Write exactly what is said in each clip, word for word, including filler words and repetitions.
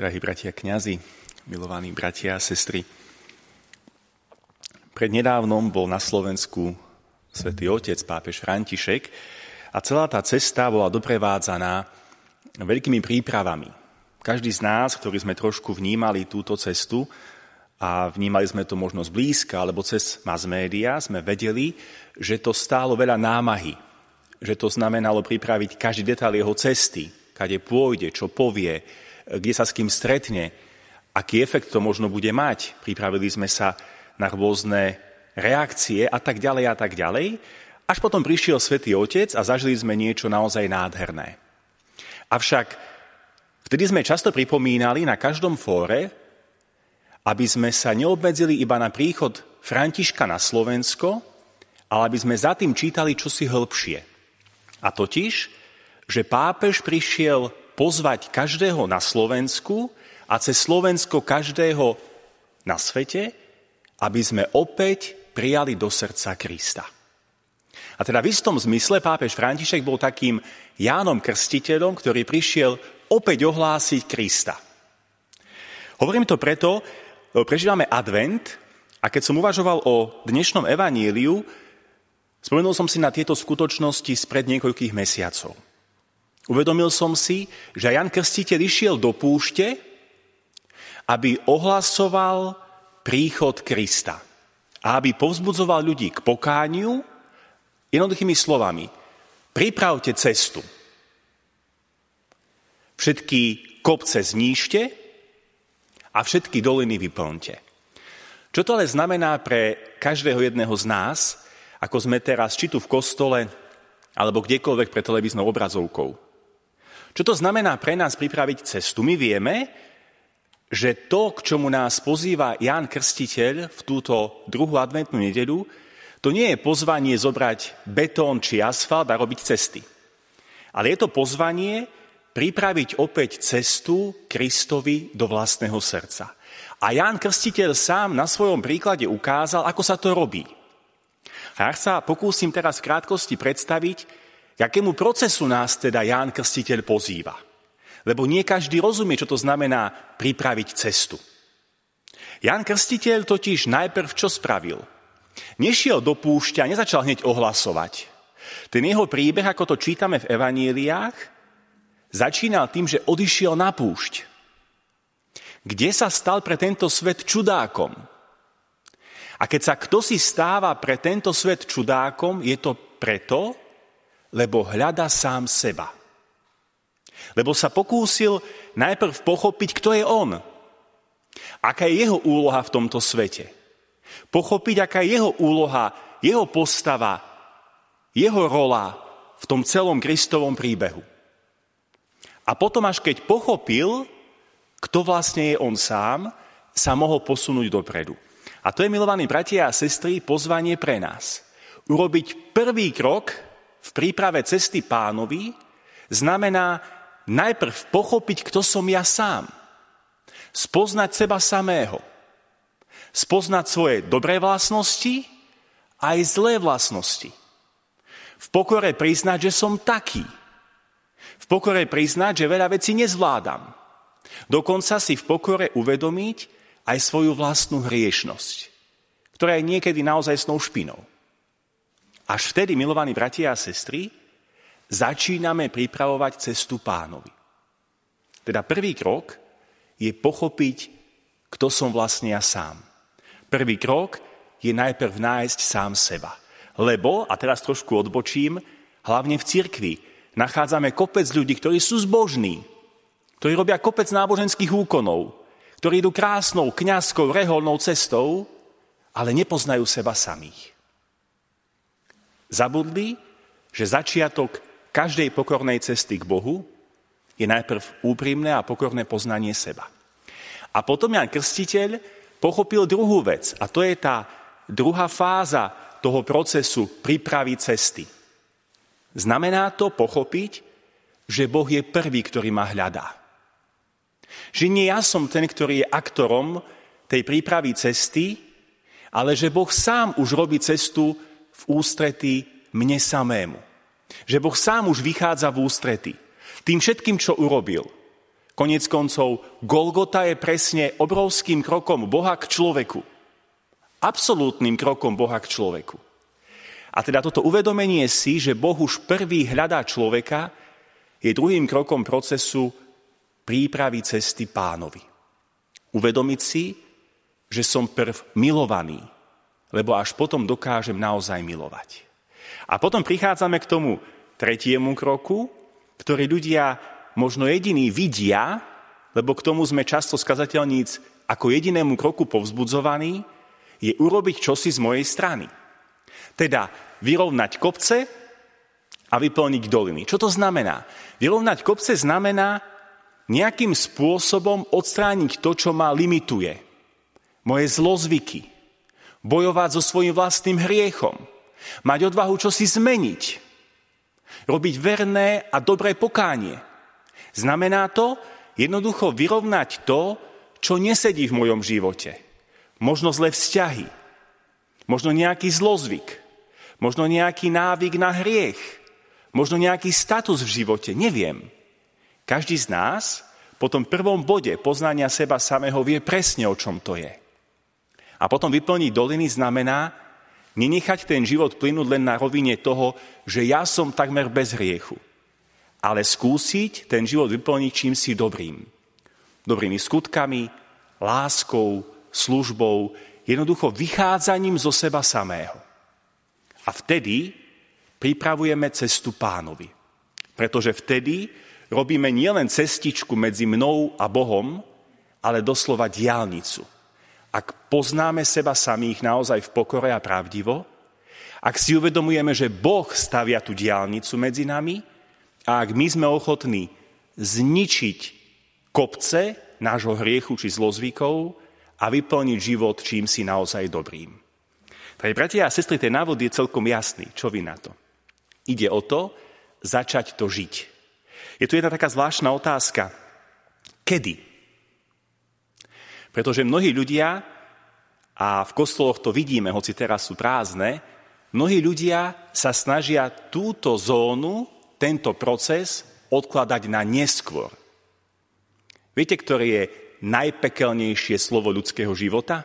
Drahí bratia kňazi, milovaní bratia a sestry. Prednedávnom bol na Slovensku svätý otec, pápež František, a celá tá cesta bola doprevádzaná veľkými prípravami. Každý z nás, ktorí sme trošku vnímali túto cestu a vnímali sme to možno zblízka alebo cez mass média, sme vedeli, že to stálo veľa námahy, že to znamenalo pripraviť každý detail jeho cesty, kade pôjde, čo povie, kde sa s kým stretne, aký efekt to možno bude mať. Pripravili sme sa na rôzne reakcie a tak ďalej a tak ďalej. Až potom prišiel svätý otec a zažili sme niečo naozaj nádherné. Avšak vtedy sme často pripomínali na každom fóre, aby sme sa neobmedzili iba na príchod Františka na Slovensko, ale aby sme za tým čítali čosi hĺbšie. A totiž, že pápež prišiel pozvať každého na Slovensku a cez Slovensko každého na svete, aby sme opäť prijali do srdca Krista. A teda v istom zmysle pápež František bol takým Jánom Krstiteľom, ktorý prišiel opäť ohlásiť Krista. Hovorím to preto, lebo prežívame advent a keď som uvažoval o dnešnom evaníliu, spomenul som si na tieto skutočnosti spred niekoľkých mesiacov. Uvedomil som si, že Ján Krstiteľ išiel do púšte, aby ohlasoval príchod Krista a aby povzbudzoval ľudí k pokániu jednoduchými slovami. Pripravte cestu. Všetky kopce znížte a všetky doliny vyplňte. Čo to ale znamená pre každého jedného z nás, ako sme teraz či tu v kostole, alebo kdekoľvek pre televíznou obrazovkou? Čo to znamená pre nás pripraviť cestu? My vieme, že to, k čomu nás pozýva Ján Krstiteľ v túto druhú adventnú nedeľu, to nie je pozvanie zobrať betón či asfalt a robiť cesty. Ale je to pozvanie pripraviť opäť cestu Kristovi do vlastného srdca. A Ján Krstiteľ sám na svojom príklade ukázal, ako sa to robí. A ja sa pokúsim teraz v krátkosti predstaviť, k akému procesu nás teda Ján Krstiteľ pozýva. Lebo nie každý rozumie, čo to znamená pripraviť cestu. Ján Krstiteľ totiž najprv čo spravil? Nešiel do púšťa, nezačal hneď ohlasovať. Ten jeho príbeh, ako to čítame v evaníliách, začínal tým, že odišiel na púšť, kde sa stal pre tento svet čudákom. A keď sa kto si stáva pre tento svet čudákom, je to preto, lebo hľada sám seba. Lebo sa pokúsil najprv pochopiť, kto je on. Aká je jeho úloha v tomto svete. Pochopiť, aká je jeho úloha, jeho postava, jeho rola v tom celom Kristovom príbehu. A potom, až keď pochopil, kto vlastne je on sám, sa mohol posunúť dopredu. A to je, milovaní bratia a sestry, pozvanie pre nás. Urobiť prvý krok v príprave cesty Pánovi znamená najprv pochopiť, kto som ja sám. Spoznať seba samého. Spoznať svoje dobré vlastnosti a aj zlé vlastnosti. V pokore priznať, že som taký. V pokore priznať, že veľa vecí nezvládam. Dokonca si v pokore uvedomiť aj svoju vlastnú hriešnosť, ktorá je niekedy naozaj snou špinou. Až vtedy, milovaní bratia a sestry, začíname pripravovať cestu Pánovi. Teda prvý krok je pochopiť, kto som vlastne ja sám. Prvý krok je najprv nájsť sám seba. Lebo, a teraz trošku odbočím, hlavne v cirkvi nachádzame kopec ľudí, ktorí sú zbožní, ktorí robia kopec náboženských úkonov, ktorí idú krásnou, kňazskou, reholnou cestou, ale nepoznajú seba samých. Zabudli, že začiatok každej pokornej cesty k Bohu je najprv úprimné a pokorné poznanie seba. A potom Ján Krstiteľ pochopil druhú vec, a to je tá druhá fáza toho procesu prípravy cesty. Znamená to pochopiť, že Boh je prvý, ktorý ma hľadá. Že nie ja som ten, ktorý je aktorom tej prípravy cesty, ale že Boh sám už robí cestu v ústretí mne samému. Že Boh sám už vychádza v ústretí. Tým všetkým, čo urobil. Koniec koncov, Golgota je presne obrovským krokom Boha k človeku. Absolútnym krokom Boha k človeku. A teda toto uvedomenie si, že Boh už prvý hľadá človeka, je druhým krokom procesu prípravy cesty Pánovi. Uvedomiť si, že som prv milovaný, lebo až potom dokážem naozaj milovať. A potom prichádzame k tomu tretiemu kroku, ktorý ľudia možno jediní vidia, lebo k tomu sme často z kazateľníc ako jedinému kroku povzbudzovaní, je urobiť čosi z mojej strany. Teda vyrovnať kopce a vyplniť doliny. Čo to znamená? Vyrovnať kopce znamená nejakým spôsobom odstrániť to, čo ma limituje. Moje zlozvyky. Bojovať so svojím vlastným hriechom. Mať odvahu čosi zmeniť. Robiť verné a dobré pokánie. Znamená to jednoducho vyrovnať to, čo nesedí v mojom živote. Možno zlé vzťahy. Možno nejaký zlozvyk. Možno nejaký návyk na hriech. Možno nejaký status v živote. Neviem. Každý z nás po tom prvom bode poznania seba samého vie presne, o čom to je. A potom vyplniť doliny znamená nenechať ten život plynúť len na rovine toho, že ja som takmer bez hriechu. Ale skúsiť ten život vyplniť čímsi dobrým. Dobrými skutkami, láskou, službou, jednoducho vychádzaním zo seba samého. A vtedy pripravujeme cestu Pánovi. Pretože vtedy robíme nielen cestičku medzi mnou a Bohom, ale doslova diaľnicu. Ak poznáme seba samých naozaj v pokore a pravdivo, ak si uvedomujeme, že Boh stavia tú diaľnicu medzi nami a ak my sme ochotní zničiť kopce nášho hriechu či zlozvykov a vyplniť život čímsi naozaj dobrým. Takže, bratia a sestry, ten návod je celkom jasný. Čo vy na to? Ide o to, začať to žiť. Je tu jedna taká zvláštna otázka. Kedy? Pretože mnohí ľudia, a v kostoloch to vidíme, hoci teraz sú prázdne, mnohí ľudia sa snažia túto zónu, tento proces odkladať na neskôr. Viete, ktoré je najpekelnejšie slovo ľudského života?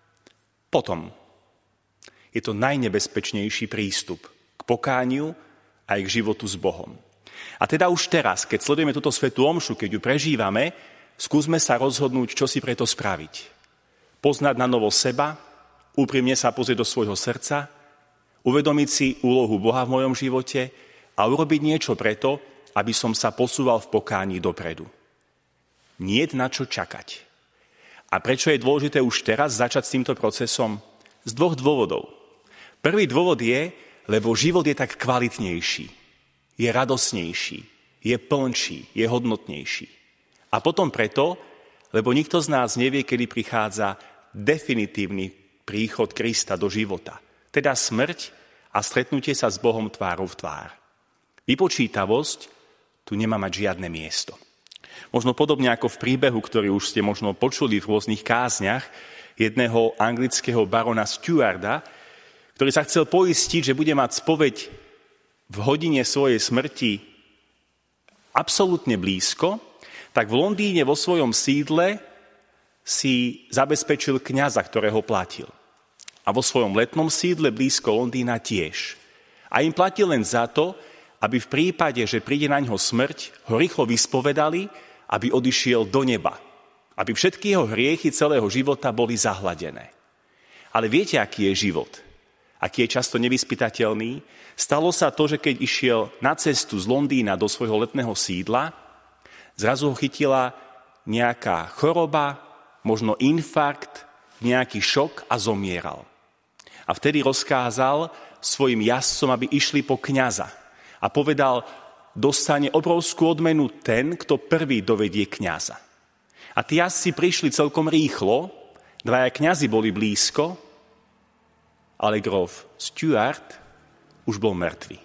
Potom. Je to najnebezpečnejší prístup k pokániu aj k životu s Bohom. A teda už teraz, keď sledujeme túto svätú omšu, keď ju prežívame, skúsme sa rozhodnúť, čo si preto spraviť. Poznať na novo seba, úprimne sa pozrieť do svojho srdca, uvedomiť si úlohu Boha v mojom živote a urobiť niečo preto, aby som sa posúval v pokání dopredu. Niet na čo čakať. A prečo je dôležité už teraz začať s týmto procesom? Z dvoch dôvodov. Prvý dôvod je, lebo život je tak kvalitnejší, je radosnejší, je plnší, je hodnotnejší. A potom preto, lebo nikto z nás nevie, kedy prichádza definitívny príchod Krista do života. Teda smrť a stretnutie sa s Bohom tvárou v tvár. Vypočítavosť tu nemá mať žiadne miesto. Možno podobne ako v príbehu, ktorý už ste možno počuli v rôznych kázniach, jedného anglického barona Stuarda, ktorý sa chcel poistiť, že bude mať spoveď v hodine svojej smrti absolútne blízko, tak v Londýne vo svojom sídle si zabezpečil kňaza, ktorého platil. A vo svojom letnom sídle blízko Londýna tiež. A im platil len za to, aby v prípade, že príde na ňo smrť, ho rýchlo vyspovedali, aby odišiel do neba. Aby všetky jeho hriechy celého života boli zahladené. Ale viete, aký je život? Aký je často nevyspytateľný? Stalo sa to, že keď išiel na cestu z Londýna do svojho letného sídla, zrazu ho chytila nejaká choroba, možno infarkt, nejaký šok a zomieral. A vtedy rozkázal svojim jazdcom, aby išli po kňaza. A povedal, dostane obrovskú odmenu ten, kto prvý dovedie kňaza. A tí jazdci prišli celkom rýchlo, dvaja kňazi boli blízko, ale grof Stuart už bol mŕtvý.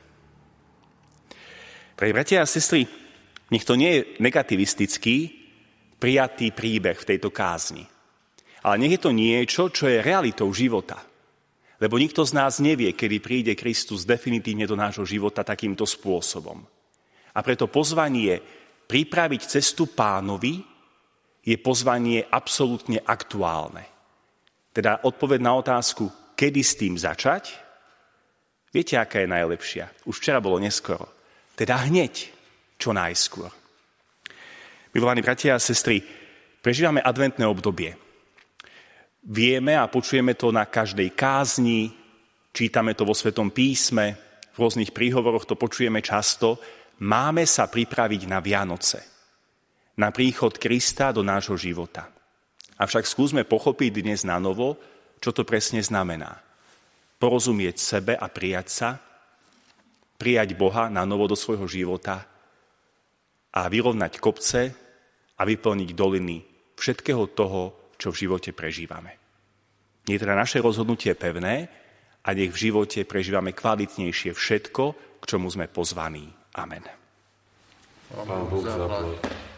Pre bratia a sestry, nech to nie je negativistický, prijatý príbeh v tejto kázni. Ale nech je to niečo, čo je realitou života. Lebo nikto z nás nevie, kedy príde Kristus definitívne do nášho života takýmto spôsobom. A preto pozvanie pripraviť cestu Pánovi je pozvanie absolútne aktuálne. Teda odpoveď na otázku, kedy s tým začať, viete, aká je najlepšia? Už včera bolo neskoro. Teda hneď, čo najskôr. Milovaní bratia a sestry, prežívame adventné obdobie. Vieme a počujeme to na každej kázni, čítame to vo Svetom písme, v rôznych príhovoroch to počujeme často. Máme sa pripraviť na Vianoce, na príchod Krista do nášho života. Avšak skúsme pochopiť dnes na novo, čo to presne znamená. Porozumieť sebe a prijať sa, prijať Boha na novo do svojho života a vyrovnať kopce a vyplniť doliny všetkého toho, čo v živote prežívame. Nie je teda naše rozhodnutie pevné a nech v živote prežívame kvalitnejšie všetko, k čomu sme pozvaní. Amen. Pán Boh zaplať.